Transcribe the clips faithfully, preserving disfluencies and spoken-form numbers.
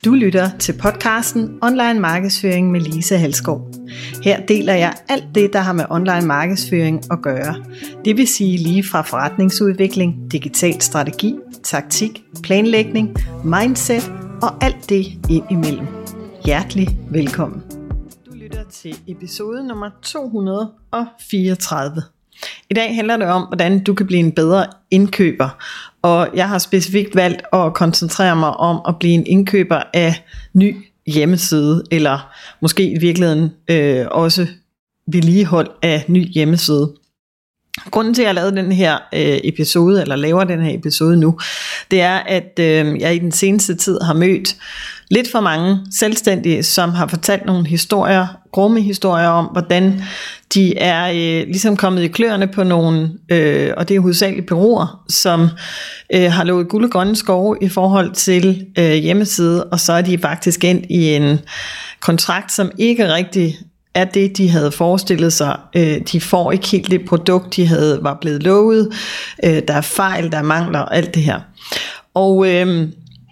Du lytter til podcasten Online Markedsføring med Lise Halskov. Her deler jeg alt det, der har med online markedsføring at gøre. Det vil sige lige fra forretningsudvikling, digital strategi, taktik, planlægning, mindset og alt det ind imellem. Hjertelig velkommen. Du lytter til episode nummer to hundrede og fireogtredive. I dag handler det om, hvordan du kan blive en bedre indkøber, og jeg har specifikt valgt at koncentrere mig om at blive en indkøber af ny hjemmeside, eller måske i virkeligheden øh, også vedligehold af ny hjemmeside. Grunden til at jeg lavede den her øh, episode, eller laver den her episode nu, det er, at øh, jeg i den seneste tid har mødt lidt for mange selvstændige, som har fortalt nogle historier, grumme historier om, hvordan de er øh, ligesom kommet i kløerne på nogle, øh, og det er hovedsageligt bureauer, som øh, har lovet guld og grønne skove i forhold til øh, hjemmeside, og så er de faktisk endt i en kontrakt, som ikke rigtig er det, de havde forestillet sig. Øh, de får ikke helt det produkt, de havde var blevet lovet. Øh, der er fejl, der er mangler og alt det her. Og øh,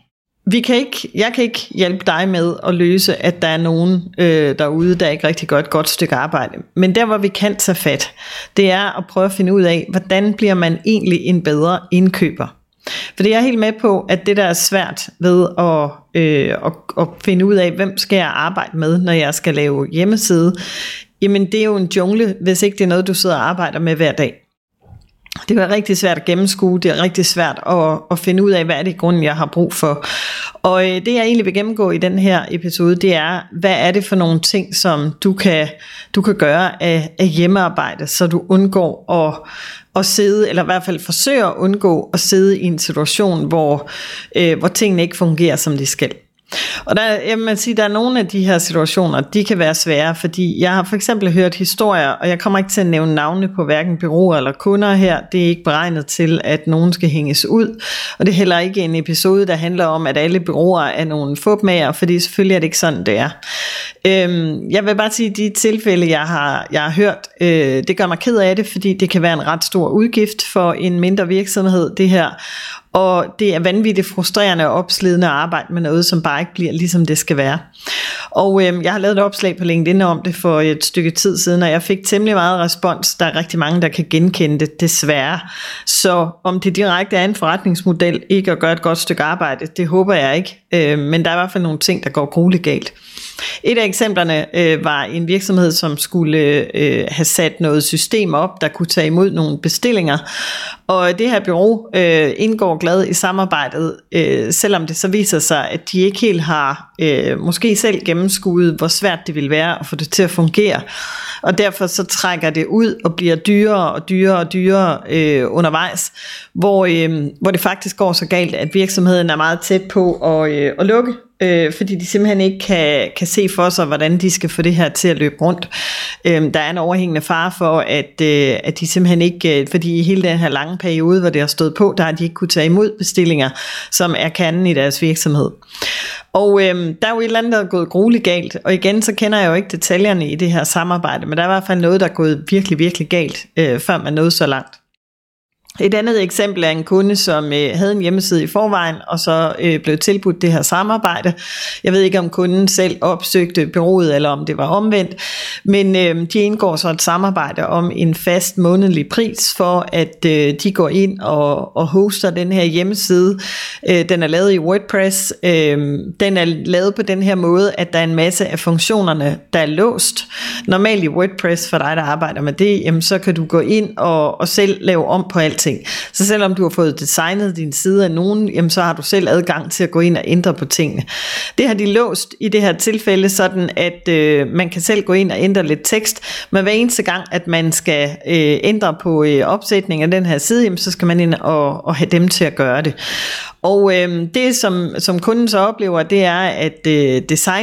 vi kan ikke, jeg kan ikke hjælpe dig med at løse, at der er nogen øh, derude, der ikke rigtig gør et godt stykke arbejde. Men der, hvor vi kan tage fat, det er at prøve at finde ud af, hvordan bliver man egentlig en bedre indkøber. For det er jeg helt med på, at det der er svært ved at, øh, at, at finde ud af, hvem skal jeg arbejde med, når jeg skal lave hjemmeside. Jamen det er jo en jungle, hvis ikke det er noget, du sidder og arbejder med hver dag. Det er rigtig svært at gennemskue, det er rigtig svært at, at finde ud af, hvad er det i grunden, jeg har brug for. Og det jeg egentlig vil gennemgå i den her episode, det er, hvad er det for nogle ting, som du kan, du kan gøre af, af hjemmearbejde, så du undgår at, at sidde, eller i hvert fald forsøger at undgå at sidde i en situation, hvor, øh, hvor tingene ikke fungerer, som de skal. Og der, jeg vil sige, der er nogle af de her situationer, de kan være svære, fordi jeg har for eksempel hørt historier, og jeg kommer ikke til at nævne navne på hverken bureauer eller kunder her, det er ikke beregnet til, at nogen skal hænges ud, og det er heller ikke en episode, der handler om, at alle bureauer er nogle fupmager, fordi selvfølgelig er det ikke sådan, det er. Øhm, jeg vil bare sige, at de tilfælde, jeg har, jeg har hørt, øh, det gør mig ked af det, fordi det kan være en ret stor udgift for en mindre virksomhed, det her. Og det er vanvittigt frustrerende og opslidende at arbejde med noget, som bare ikke bliver ligesom det skal være. Og øh, jeg har lavet et opslag på LinkedIn om det for et stykke tid siden, og jeg fik temmelig meget respons. Der er rigtig mange, der kan genkende det, desværre. Så om det direkte er en forretningsmodel, ikke at gøre et godt stykke arbejde, det håber jeg ikke. Øh, men der er i hvert fald nogle ting, der går grueligt galt. Et af eksemplerne øh, var en virksomhed, som skulle øh, have sat noget system op, der kunne tage imod nogle bestillinger. Og det her bureau øh, indgår glad i samarbejdet, øh, selvom det så viser sig, at de ikke helt har øh, måske selv gennemskuet, hvor svært det vil være at få det til at fungere. Og derfor så trækker det ud og bliver dyrere og dyrere og dyrere øh, undervejs, hvor, øh, hvor det faktisk går så galt, at virksomheden er meget tæt på at, øh, at lukke. Øh, fordi de simpelthen ikke kan, kan se for sig, hvordan de skal få det her til at løbe rundt. Øh, der er en overhængende fare for, at, øh, at de simpelthen ikke, øh, fordi i hele den her lange periode, hvor det har stået på, der har de ikke kunne tage imod bestillinger, som er kernen i deres virksomhed. Og øh, der er jo et eller andet, der er gået grueligt galt, og igen, så kender jeg jo ikke detaljerne i det her samarbejde, men der er i hvert fald noget, der er gået virkelig, virkelig galt, øh, før man nåede så langt. Et andet eksempel er en kunde, som øh, havde en hjemmeside i forvejen, og så øh, blev tilbudt det her samarbejde. Jeg ved ikke, om kunden selv opsøgte bureauet, eller om det var omvendt, men øh, de indgår så et samarbejde om en fast månedlig pris, for at øh, de går ind og, og hoster den her hjemmeside. Øh, den er lavet i WordPress. Øh, den er lavet på den her måde, at der er en masse af funktionerne, der er låst. Normalt i WordPress, for dig, der arbejder med det, jamen, så kan du gå ind og, og selv lave om på alting. Så selvom du har fået designet din side af nogen, jamen så har du selv adgang til at gå ind og ændre på tingene. Det har de låst i det her tilfælde, sådan at øh, man kan selv gå ind og ændre lidt tekst, men hver eneste gang, at man skal øh, ændre på øh, opsætning af den her side, jamen, så skal man ind og, og have dem til at gøre det. Og øh, det, som, som kunden så oplever, det er, at øh, designet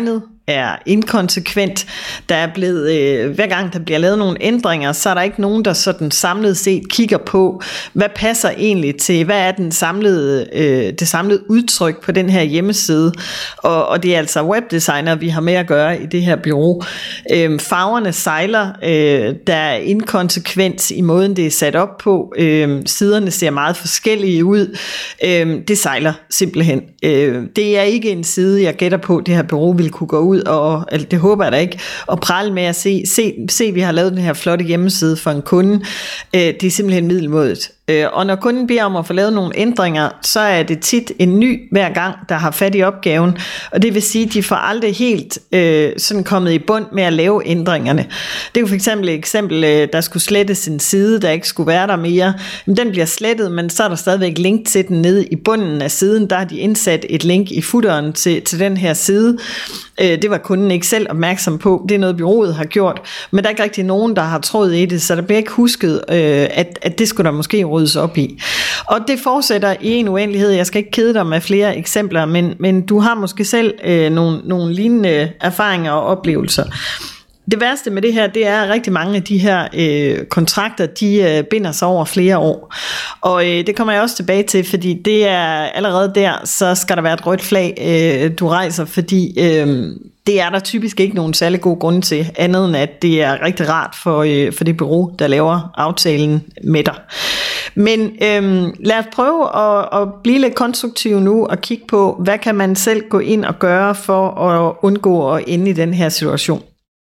er inkonsekvent. Der er blevet, øh, hver gang der bliver lavet nogle ændringer, så er der ikke nogen, der sådan samlet set kigger på, hvad passer egentlig til, hvad er den samlede, øh, det samlede udtryk på den her hjemmeside. Og, og det er altså webdesigner, vi har med at gøre i det her bureau. Øh, farverne sejler, øh, der er inkonsekvens i måden, det er sat op på. Øh, siderne ser meget forskellige ud. Øh, det sejler simpelthen. Øh, det er ikke en side, jeg gætter på, det her bureau vil kunne gå ud, og altså, det håber jeg da ikke, og prale med at se, se, se, vi har lavet den her flotte hjemmeside for en kunde. Øh, det er simpelthen middelmådigt. Og når kunden beder om at få lavet nogle ændringer, så er det tit en ny hver gang, der har fat i opgaven. Og det vil sige, at de får aldrig helt øh, sådan kommet i bund med at lave ændringerne. Det er jo for eksempel et eksempel, øh, der skulle slettes en side, der ikke skulle være der mere. Men den bliver slettet, men så er der stadigvæk link til den nede i bunden af siden. Der har de indsat et link i footeren til, til den her side. Øh, det var kunden ikke selv opmærksom på. Det er noget bureauet har gjort. Men der er ikke rigtig nogen, der har troet i det, så der bliver ikke husket, øh, at, at det skulle der måske ryddes op i. Og det fortsætter i en uendelighed. Jeg skal ikke kede dig med flere eksempler, men, men du har måske selv øh, nogle, nogle lignende erfaringer og oplevelser. Det værste med det her, det er, at rigtig mange af de her øh, kontrakter, de øh, binder sig over flere år. Og øh, det kommer jeg også tilbage til, fordi det er allerede der, så skal der være et rødt flag, øh, du rejser, fordi øh, det er der typisk ikke nogen særlig god grund til, andet end at det er rigtig rart for, øh, for det bureau, der laver aftalen med dig. Men øh, lad os prøve at, at blive lidt konstruktiv nu og kigge på, hvad kan man selv gå ind og gøre for at undgå at ende i den her situation.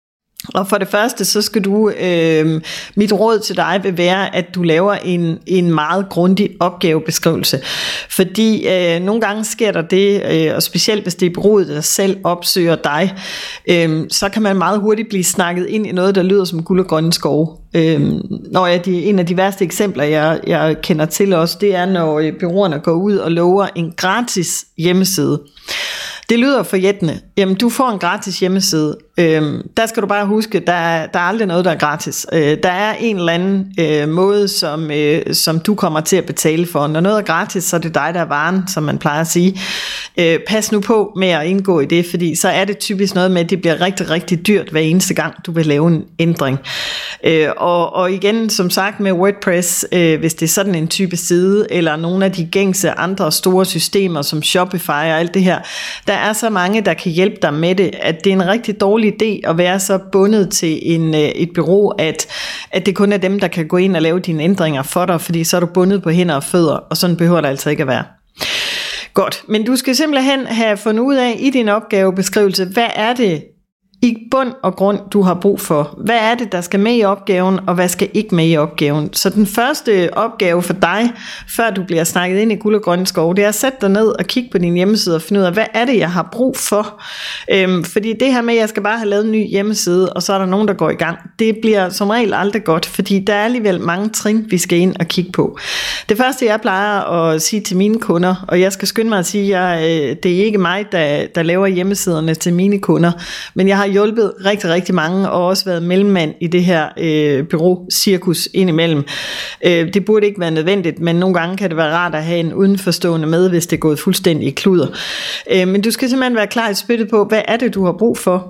Og for det første, så skal du, øh, mit råd til dig vil være, at du laver en, en meget grundig opgavebeskrivelse. Fordi øh, nogle gange sker der det, øh, og specielt hvis det er bureauet, der selv opsøger dig, øh, så kan man meget hurtigt blive snakket ind i noget, der lyder som guld og grønne skove. Øh, når jeg, de, en af de værste eksempler, jeg, jeg kender til også, det er, når bureauerne går ud og lover en gratis hjemmeside. Det lyder forjættende. Jamen, du får en gratis hjemmeside. Øhm, der skal du bare huske, der er, der er aldrig noget, der er gratis. Øh, der er en eller anden øh, måde, som, øh, som du kommer til at betale for. Når noget er gratis, så er det dig, der er varen, som man plejer at sige. Øh, pas nu på med at indgå i det, fordi så er det typisk noget med, at det bliver rigtig, rigtig dyrt hver eneste gang, du vil lave en ændring. Øh, og, og igen, som sagt med WordPress, øh, hvis det er sådan en type side, eller nogle af de gængse andre store systemer, som Shopify og alt det her, der er så mange, der kan hjælpe dig med det, at det er en rigtig dårlig idé at være så bundet til en, et bureau, at, at det kun er dem, der kan gå ind og lave dine ændringer for dig, fordi så er du bundet på hænder og fødder, og sådan behøver det altså ikke at være. Godt, men du skal simpelthen have fundet ud af i din opgavebeskrivelse, hvad er det i bund og grund, du har brug for. Hvad er det, der skal med i opgaven, og hvad skal ikke med i opgaven? Så den første opgave for dig, før du bliver snakket ind i guld og grønne skove, det er at sætte dig ned og kigge på din hjemmeside og finde ud af, hvad er det, jeg har brug for? Øhm, fordi det her med, at jeg skal bare have lavet en ny hjemmeside, og så er der nogen, der går i gang, det bliver som regel aldrig godt, fordi der er alligevel mange trin, vi skal ind og kigge på. Det første, jeg plejer at sige til mine kunder, og jeg skal skynde mig at sige, at jeg, det er ikke mig, der, der laver hjemmesiderne til mine kunder, men jeg har hjulpet rigtig, rigtig mange, og også været mellemmand i det her øh, bureau-cirkus indimellem. Øh, det burde ikke være nødvendigt, men nogle gange kan det være rart at have en udenforstående med, hvis det er gået fuldstændig i kluder. Øh, men du skal simpelthen være klar i spyttet på, hvad er det, du har brug for?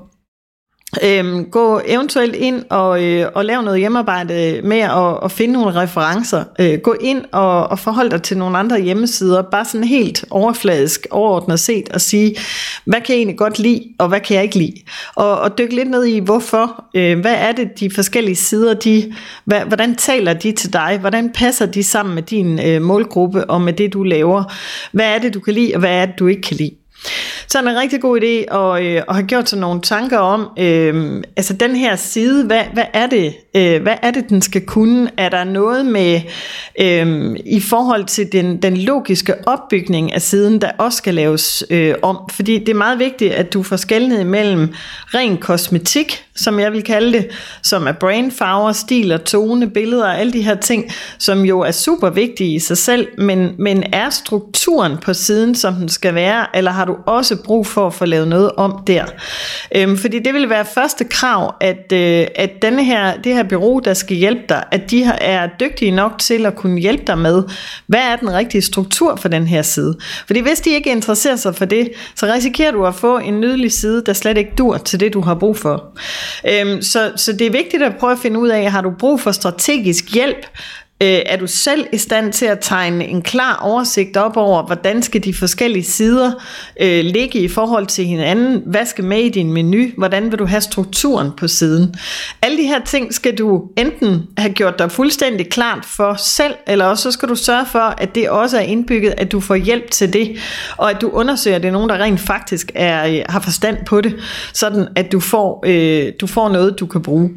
Øhm, gå eventuelt ind og, øh, og lave noget hjemmearbejde med at, at finde nogle referencer. Øh, gå ind og, og forhold dig til nogle andre hjemmesider, bare sådan helt overfladisk, overordnet set, og sige, hvad kan jeg egentlig godt lide, og hvad kan jeg ikke lide? Og, og dykke lidt ned i, hvorfor, øh, hvad er det de forskellige sider, de, hvad, hvordan taler de til dig, hvordan passer de sammen med din øh, målgruppe og med det, du laver? Hvad er det, du kan lide, og hvad er det, du ikke kan lide? Så er det en rigtig god idé at, øh, at have gjort sig nogle tanker om, øh, altså den her side, hvad, hvad er det, øh, hvad er det, den skal kunne? Er der noget med, øh, i forhold til den, den logiske opbygning af siden, der også skal laves øh, om? Fordi det er meget vigtigt, at du får skelnet imellem ren kosmetik, som jeg vil kalde det, som er brandfarver, stil og tone, billeder og alle de her ting, som jo er super vigtige i sig selv, men, men er strukturen på siden, som den skal være, eller har du også brug for at få lavet noget om der. Øhm, fordi det vil være første krav, at, øh, at denne her, det her bureau, der skal hjælpe dig, at de er dygtige nok til at kunne hjælpe dig med, hvad er den rigtige struktur for den her side. Fordi hvis de ikke interesserer sig for det, så risikerer du at få en nydelig side, der slet ikke dur til det, du har brug for. Øhm, så, så det er vigtigt at prøve at finde ud af, har du brug for strategisk hjælp? Øh, er du selv i stand til at tegne en klar oversigt op over, hvordan skal de forskellige sider øh, ligge i forhold til hinanden? Hvad skal med i din menu? Hvordan vil du have strukturen på siden? Alle de her ting skal du enten have gjort dig fuldstændig klart for selv, eller også så skal du sørge for, at det også er indbygget, at du får hjælp til det, og at du undersøger, at det er nogen, der rent faktisk er, har forstand på det, sådan at du får, øh, du får noget, du kan bruge.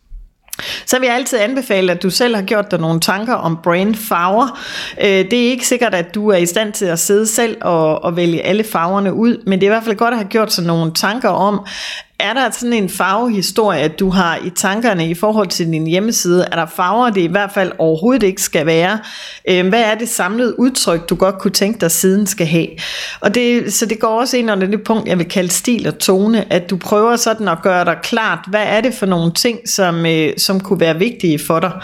Så vil jeg altid anbefale, at du selv har gjort dig nogle tanker om brandfarver. Det er ikke sikkert, at du er i stand til at sidde selv og, og vælge alle farverne ud, men det er i hvert fald godt at have gjort sig nogle tanker om, er der sådan en farvehistorie, at du har i tankerne i forhold til din hjemmeside? Er der farver, det i hvert fald overhovedet ikke skal være? Hvad er det samlede udtryk, du godt kunne tænke dig, siden skal have? Og det, så det går også ind under det punkt, jeg vil kalde stil og tone, at du prøver sådan at gøre dig klart, hvad er det for nogle ting, som, som kunne være vigtige for dig?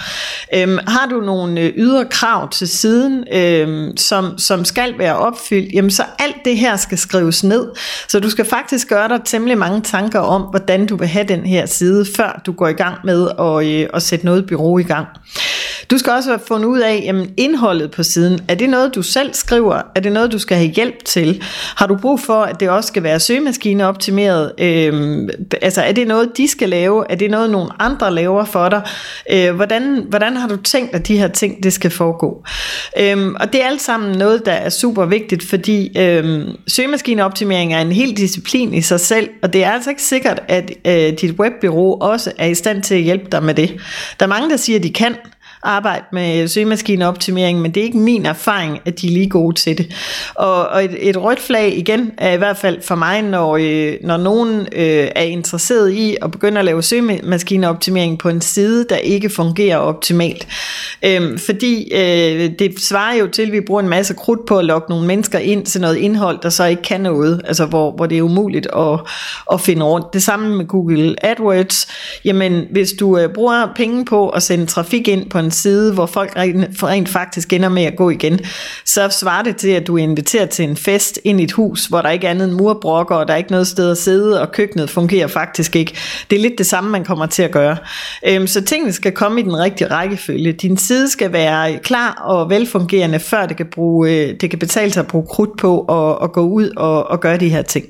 Har du nogle ydre krav til siden, som, som skal være opfyldt? Jamen så alt det her skal skrives ned. Så du skal faktisk gøre dig temmelig mange tanker om, hvordan du vil have den her side, før du går i gang med at, øh, at sætte noget bureau i gang. Du skal også have fundet ud af, jamen, indholdet på siden. Er det noget, du selv skriver? Er det noget, du skal have hjælp til? Har du brug for, at det også skal være søgemaskineoptimeret? Øhm, altså, er det noget, de skal lave? Er det noget, nogle andre laver for dig? Øh, hvordan, hvordan har du tænkt, at de her ting, det skal foregå? Øhm, og det er alt sammen noget, der er super vigtigt, fordi øhm, søgemaskineoptimering er en hel disciplin i sig selv, og det er altså ikke sikkert, at øh, dit webbureau også er i stand til at hjælpe dig med det. Der er mange, der siger, at de kan arbejde med søgemaskineoptimering, men det er ikke min erfaring, at de er lige gode til det. Og, og et, et rødt flag igen er i hvert fald for mig, når, øh, når nogen øh, er interesseret i at begynde at lave søgemaskineoptimering på en side, der ikke fungerer optimalt. Øhm, fordi øh, det svarer jo til, at vi bruger en masse krudt på at logge nogle mennesker ind til noget indhold, der så ikke kan noget, altså hvor, hvor det er umuligt at, at finde rundt. Det samme med Google AdWords. Jamen, hvis du øh, bruger penge på at sende trafik ind på en side, hvor folk rent, rent faktisk ender med at gå igen, så svarer det til, at du er inviteret til en fest ind i et hus, hvor der ikke er andet end murbrokker, og der er ikke noget sted at sidde, og køkkenet fungerer faktisk ikke. Det er lidt det samme, man kommer til at gøre. Øhm, så tingene skal komme i den rigtige rækkefølge. Din side skal være klar og velfungerende, før det kan, bruge, det kan betale sig at bruge krudt på og, og gå ud og, og gøre de her ting.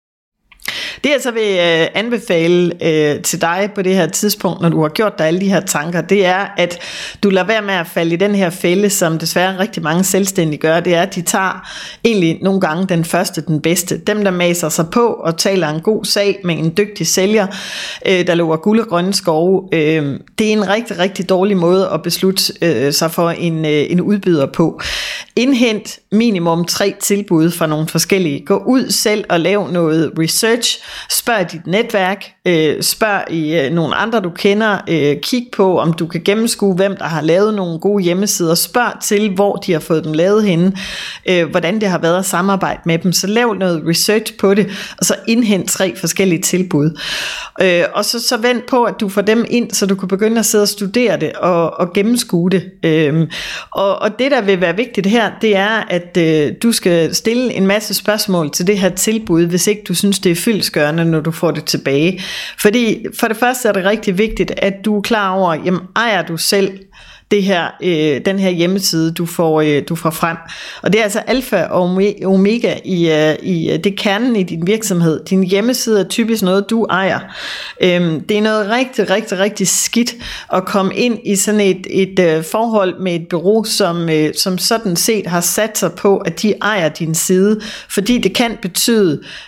Det jeg så vil øh, anbefale øh, til dig på det her tidspunkt, når du har gjort dig alle de her tanker, det er, at du lader være med at falde i den her fælde, som desværre rigtig mange selvstændige gør. Det er, at de tager egentlig nogle gange den første, den bedste. Dem, der maser sig på og taler en god sag med en dygtig sælger, øh, der lover guld og grønne skove. Øh, det er en rigtig, rigtig dårlig måde at beslutte øh, sig for en, øh, en udbyder på. Indhent minimum tre tilbud fra nogle forskellige. Gå ud selv og lav noget research. Spørg dit netværk, øh, spørg i øh, nogle andre du kender, øh, kig på om du kan gennemskue hvem der har lavet nogle gode hjemmesider, spørg til hvor de har fået dem lavet henne, øh, hvordan det har været at samarbejde med dem, så lav noget research på det, og så indhent tre forskellige tilbud, øh, og så, så vent på at du får dem ind, så du kan begynde at sidde og studere det og, og gennemskue det, øh, og, og det der vil være vigtigt her, det er at øh, du skal stille en masse spørgsmål til det her tilbud, hvis ikke du synes det er fyldestgørende, når du får det tilbage. Fordi for det første er det rigtig vigtigt, at du er klar over, jamen ejer du selv det her, øh, den her hjemmeside, du får, øh, du får frem. Og det er altså alfa og omega i, øh, i det kernen i din virksomhed. Din hjemmeside er typisk noget, du ejer. Øhm, det er noget rigtig, rigtig, rigtig skidt at komme ind i sådan et, et øh, forhold med et bureau, som, øh, som sådan set har sat sig på, at de ejer din side. Fordi det kan betyde,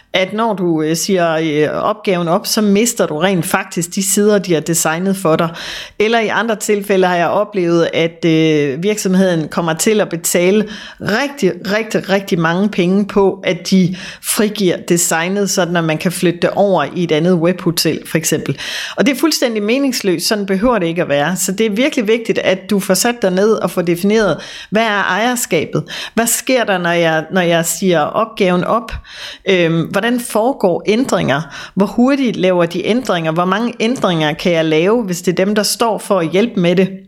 at når du øh, siger øh, opgaven op, så mister du rent faktisk de sider, de har designet for dig. Eller i andre tilfælde har jeg oplevet, at øh, virksomheden kommer til at betale rigtig, rigtig, rigtig mange penge på, at de frigiver designet, sådan at man kan flytte det over i et andet webhotel for eksempel. Og det er fuldstændig meningsløst, sådan behøver det ikke at være. Så det er virkelig vigtigt, at du får sat dig ned og får defineret, hvad er ejerskabet? Hvad sker der, når jeg, når jeg siger opgaven op? Øhm, hvordan foregår ændringer? Hvor hurtigt laver de ændringer? Hvor mange ændringer kan jeg lave, hvis det er dem, der står for at hjælpe med det?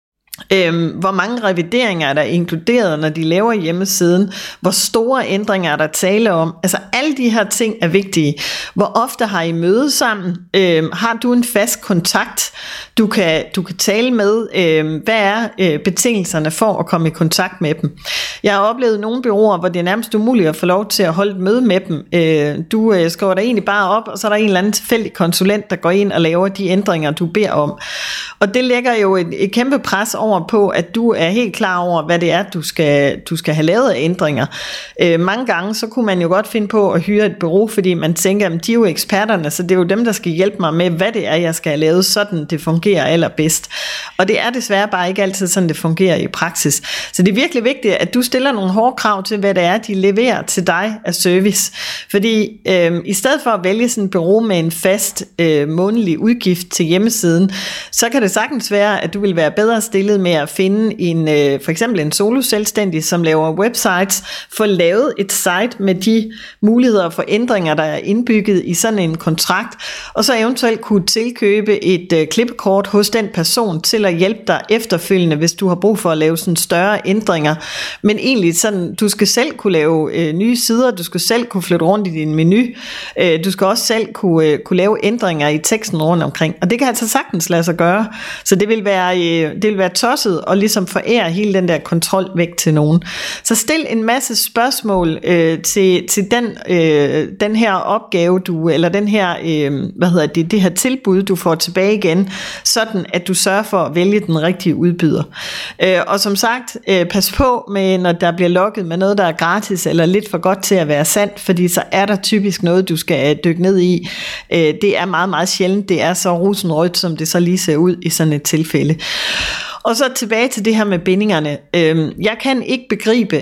Øhm, hvor mange revideringer er der inkluderet, når de laver hjemmesiden? Hvor store ændringer er der tale om? Altså alle de her ting er vigtige. Hvor ofte har I møde sammen? Øhm, har du en fast kontakt, du kan, du kan tale med? Øhm, hvad er øh, betingelserne for at komme i kontakt med dem? Jeg har oplevet nogle bureauer, hvor det er nærmest umuligt at få lov til at holde et møde med dem. Øh, du øh, skriver dig egentlig bare op, og så er der en eller anden tilfældig konsulent, der går ind og laver de ændringer, du beder om. Og det lægger jo et, et kæmpe pres over på, at du er helt klar over, hvad det er, du skal, du skal have lavet af ændringer. Øh, mange gange, så kunne man jo godt finde på at hyre et bureau, fordi man tænker, at de er jo eksperterne, så det er jo dem, der skal hjælpe mig med, hvad det er, jeg skal have lavet, sådan det fungerer allerbedst. Og det er desværre bare ikke altid sådan, det fungerer i praksis. Så det er virkelig vigtigt, at du stiller nogle hårde krav til, hvad det er, de leverer til dig af service. Fordi øh, i stedet for at vælge sådan et bureau med en fast øh, månedlig udgift til hjemmesiden, så kan det sagtens være, at du vil være bedre stillet med at finde en, øh, for eksempel en solo-selvstændig, som laver websites, få lavet et site med de muligheder for ændringer, der er indbygget i sådan en kontrakt, og så eventuelt kunne tilkøbe et øh, klippekort hos den person til at hjælpe dig efterfølgende, hvis du har brug for at lave sådan større ændringer. Men egentlig sådan, du skal selv kunne lave øh, nye sider, du skal selv kunne flytte rundt i din menu, øh, du skal også selv kunne, øh, kunne lave ændringer i teksten rundt omkring, og det kan altså sagtens lade sig gøre. Så det vil være, øh, det vil være tosset og ligesom forære hele den der kontrol væk til nogen. Så stil en masse spørgsmål øh, til, til den, øh, den her opgave, du, eller den her, øh, hvad hedder det, det her tilbud, du får tilbage igen, sådan at du sørger for at vælge den rigtige udbyder. Øh, og som sagt, øh, pas på med, når der bliver logget med noget, der er gratis, eller lidt for godt til at være sandt, fordi så er der typisk noget, du skal dykke ned i. Øh, det er meget, meget sjældent, det er så rosenrødt, som det så lige ser ud i sådan et tilfælde. Og så tilbage til det her med bindingerne. Jeg kan ikke begribe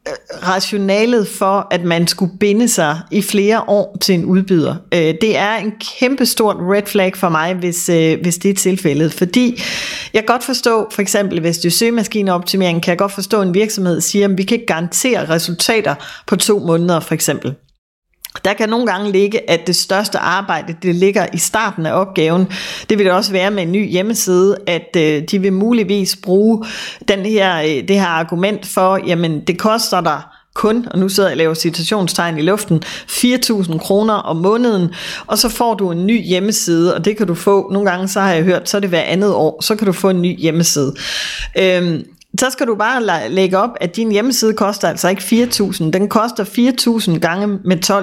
rationalet for, at man skulle binde sig i flere år til en udbyder. Det er en kæmpe stort red flag for mig, hvis, hvis det er tilfældet. Fordi jeg kan godt forstå, for eksempel hvis det er søgemaskineoptimering, kan jeg godt forstå, at en virksomhed siger, at vi kan ikke garantere resultater på to måneder for eksempel. Der kan nogle gange ligge, at det største arbejde, det ligger i starten af opgaven. Det vil det også være med en ny hjemmeside, at øh, de vil muligvis bruge den her, øh, det her argument for, jamen det koster dig kun, og nu sidder jeg og laver citationstegn i luften, fire tusind kroner om måneden, og så får du en ny hjemmeside, og det kan du få, nogle gange så har jeg hørt, så er det hver andet år, så kan du få en ny hjemmeside. Øhm, Så skal du bare lægge op, at din hjemmeside koster altså ikke fire tusind. Den koster fire tusind gange med tolv,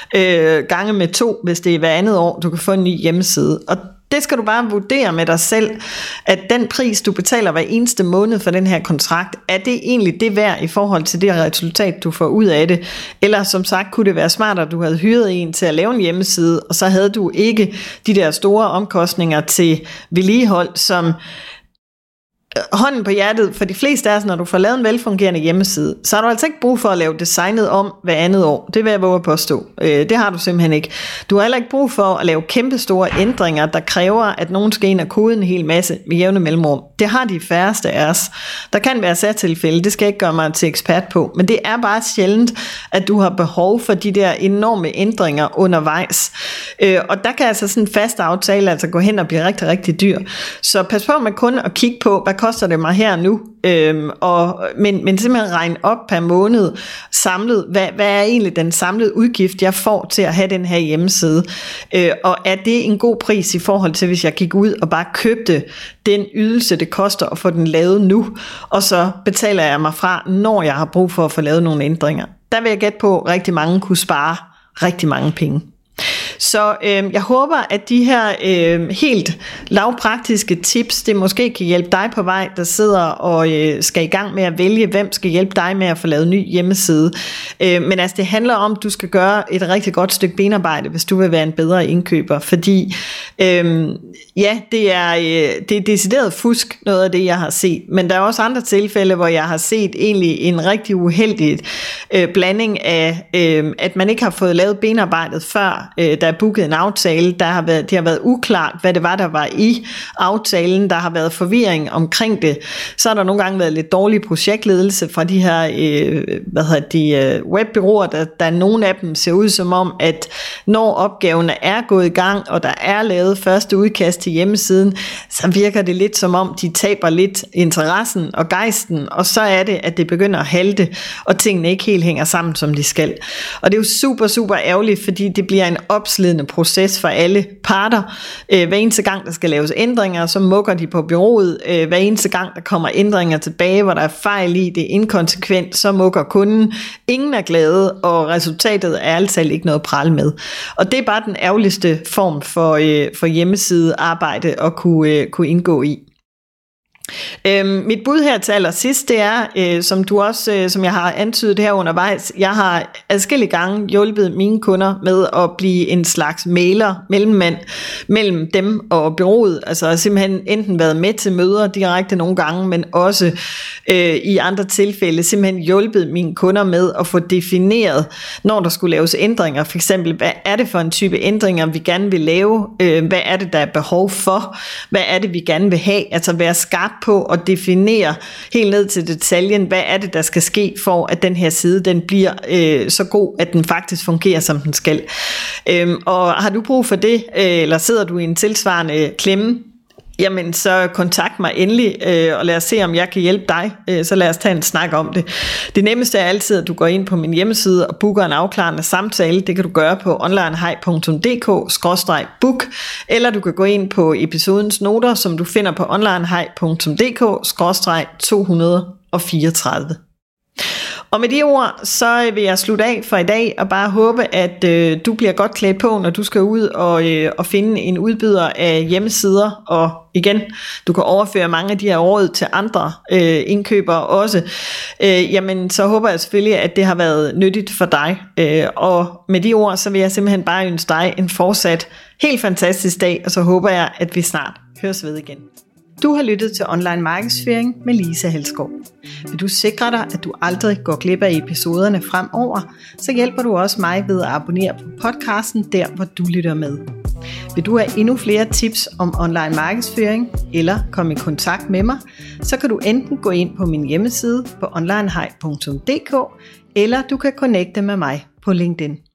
øh, gange med to, hvis det er hver andet år, du kan få en ny hjemmeside. Og det skal du bare vurdere med dig selv, at den pris, du betaler hver eneste måned for den her kontrakt, er det egentlig det værd i forhold til det resultat, du får ud af det? Eller som sagt, kunne det være smartere, at du havde hyret en til at lave en hjemmeside, og så havde du ikke de der store omkostninger til vedligehold, som hånden på hjertet, for de fleste af os, når du får lavet en velfungerende hjemmeside, så har du altså ikke brug for at lave designet om hver andet år. Det vil jeg våge at påstå. Det har du simpelthen ikke. Du har heller ikke brug for at lave kæmpe store ændringer, der kræver, at nogen skal ind og kode en hel masse med jævne mellemrum. Det har de færreste af os. Der kan være særtilfælde, det skal jeg ikke gøre mig til ekspert på, men det er bare sjældent, at du har behov for de der enorme ændringer undervejs. Og der kan altså sådan en fast aftale altså gå hen og blive rigtig, rigtig dyr. Så pas på med kun at kigge på, hvad koster det mig her nu, øhm, og, men, men simpelthen regne op per måned samlet, hvad, hvad er egentlig den samlede udgift, jeg får til at have den her hjemmeside, øh, og er det en god pris i forhold til, hvis jeg gik ud og bare købte den ydelse, det koster at få den lavet nu, og så betaler jeg mig fra, når jeg har brug for at få lavet nogle ændringer. Der vil jeg gætte på, at rigtig mange kunne spare rigtig mange penge. Så øh, jeg håber, at de her øh, helt lavpraktiske tips, det måske kan hjælpe dig på vej, der sidder og øh, skal i gang med at vælge, hvem skal hjælpe dig med at få lavet ny hjemmeside. Øh, men altså, det handler om, at du skal gøre et rigtig godt stykke benarbejde, hvis du vil være en bedre indkøber, fordi øh, ja, det er, øh, det er decideret fusk, noget af det, jeg har set, men der er også andre tilfælde, hvor jeg har set egentlig en rigtig uheldig øh, blanding af, øh, at man ikke har fået lavet benarbejdet før, øh, der er booket en aftale, der har været, det har været uklart, hvad det var, der var i aftalen, der har været forvirring omkring det, så har der nogle gange været lidt dårlig projektledelse fra de her øh, hvad hedder de, øh, webbureauer, der, der nogle af dem ser ud som om, at når opgaverne er gået i gang, og der er lavet første udkast til hjemmesiden, så virker det lidt som om, de taber lidt interessen og gejsten, og så er det, at det begynder at halte, og tingene ikke helt hænger sammen, som de skal. Og det er jo super, super ærgerligt, fordi det bliver en opslidende proces for alle parter. Øh, hver eneste gang, der skal laves ændringer, så mukker de på bureauet. Øh, hver eneste gang, der kommer ændringer tilbage, hvor der er fejl i, det er inkonsekvent, så mukker kunden. Ingen er glade, og resultatet er altså ikke noget at prale med. Og det er bare den ærgerligste form for, øh, for hjemmesidearbejde at kunne, øh, kunne indgå i. Øhm, mit bud her til allersidst, det er, øh, som du også, øh, som jeg har antydet her undervejs, jeg har adskillige gange hjulpet mine kunder med at blive en slags mailer, mellemmand mellem dem og bureauet, altså simpelthen enten været med til møder direkte nogle gange, men også øh, i andre tilfælde simpelthen hjulpet mine kunder med at få defineret, når der skulle laves ændringer, for eksempel, hvad er det for en type ændringer, vi gerne vil lave, øh, hvad er det, der er behov for, hvad er det, vi gerne vil have, altså være skarp på at definere helt ned til detaljen, hvad er det, der skal ske for, at den her side, den bliver øh, så god, at den faktisk fungerer, som den skal. Øhm, og har du brug for det, øh, eller sidder du i en tilsvarende klemme, jamen så kontakt mig endelig, øh, og lad os se, om jeg kan hjælpe dig. Øh, så lad os tage en snak om det. Det nemmeste er altid, at du går ind på min hjemmeside og booker en afklarende samtale. Det kan du gøre på onlinehej punktum d k skråstreg book, eller du kan gå ind på episodens noter, som du finder på onlinehej punktum d k skråstreg to hundrede og fireogtredive. Og med de ord, så vil jeg slutte af for i dag, og bare håbe, at øh, du bliver godt klædt på, når du skal ud og, øh, og finde en udbyder af hjemmesider. Og igen, du kan overføre mange af de her råd til andre øh, indkøbere også. Øh, jamen, så håber jeg selvfølgelig, at det har været nyttigt for dig. Øh, og med de ord, så vil jeg simpelthen bare ønske dig en fortsat helt fantastisk dag, og så håber jeg, at vi snart høres ved igen. Du har lyttet til Online Markedsføring med Lise Halskov. Vil du sikre dig, at du aldrig går glip af episoderne fremover, så hjælper du også mig ved at abonnere på podcasten der, hvor du lytter med. Vil du have endnu flere tips om online markedsføring eller komme i kontakt med mig, så kan du enten gå ind på min hjemmeside på onlinehej punktum d k, eller du kan connecte med mig på LinkedIn.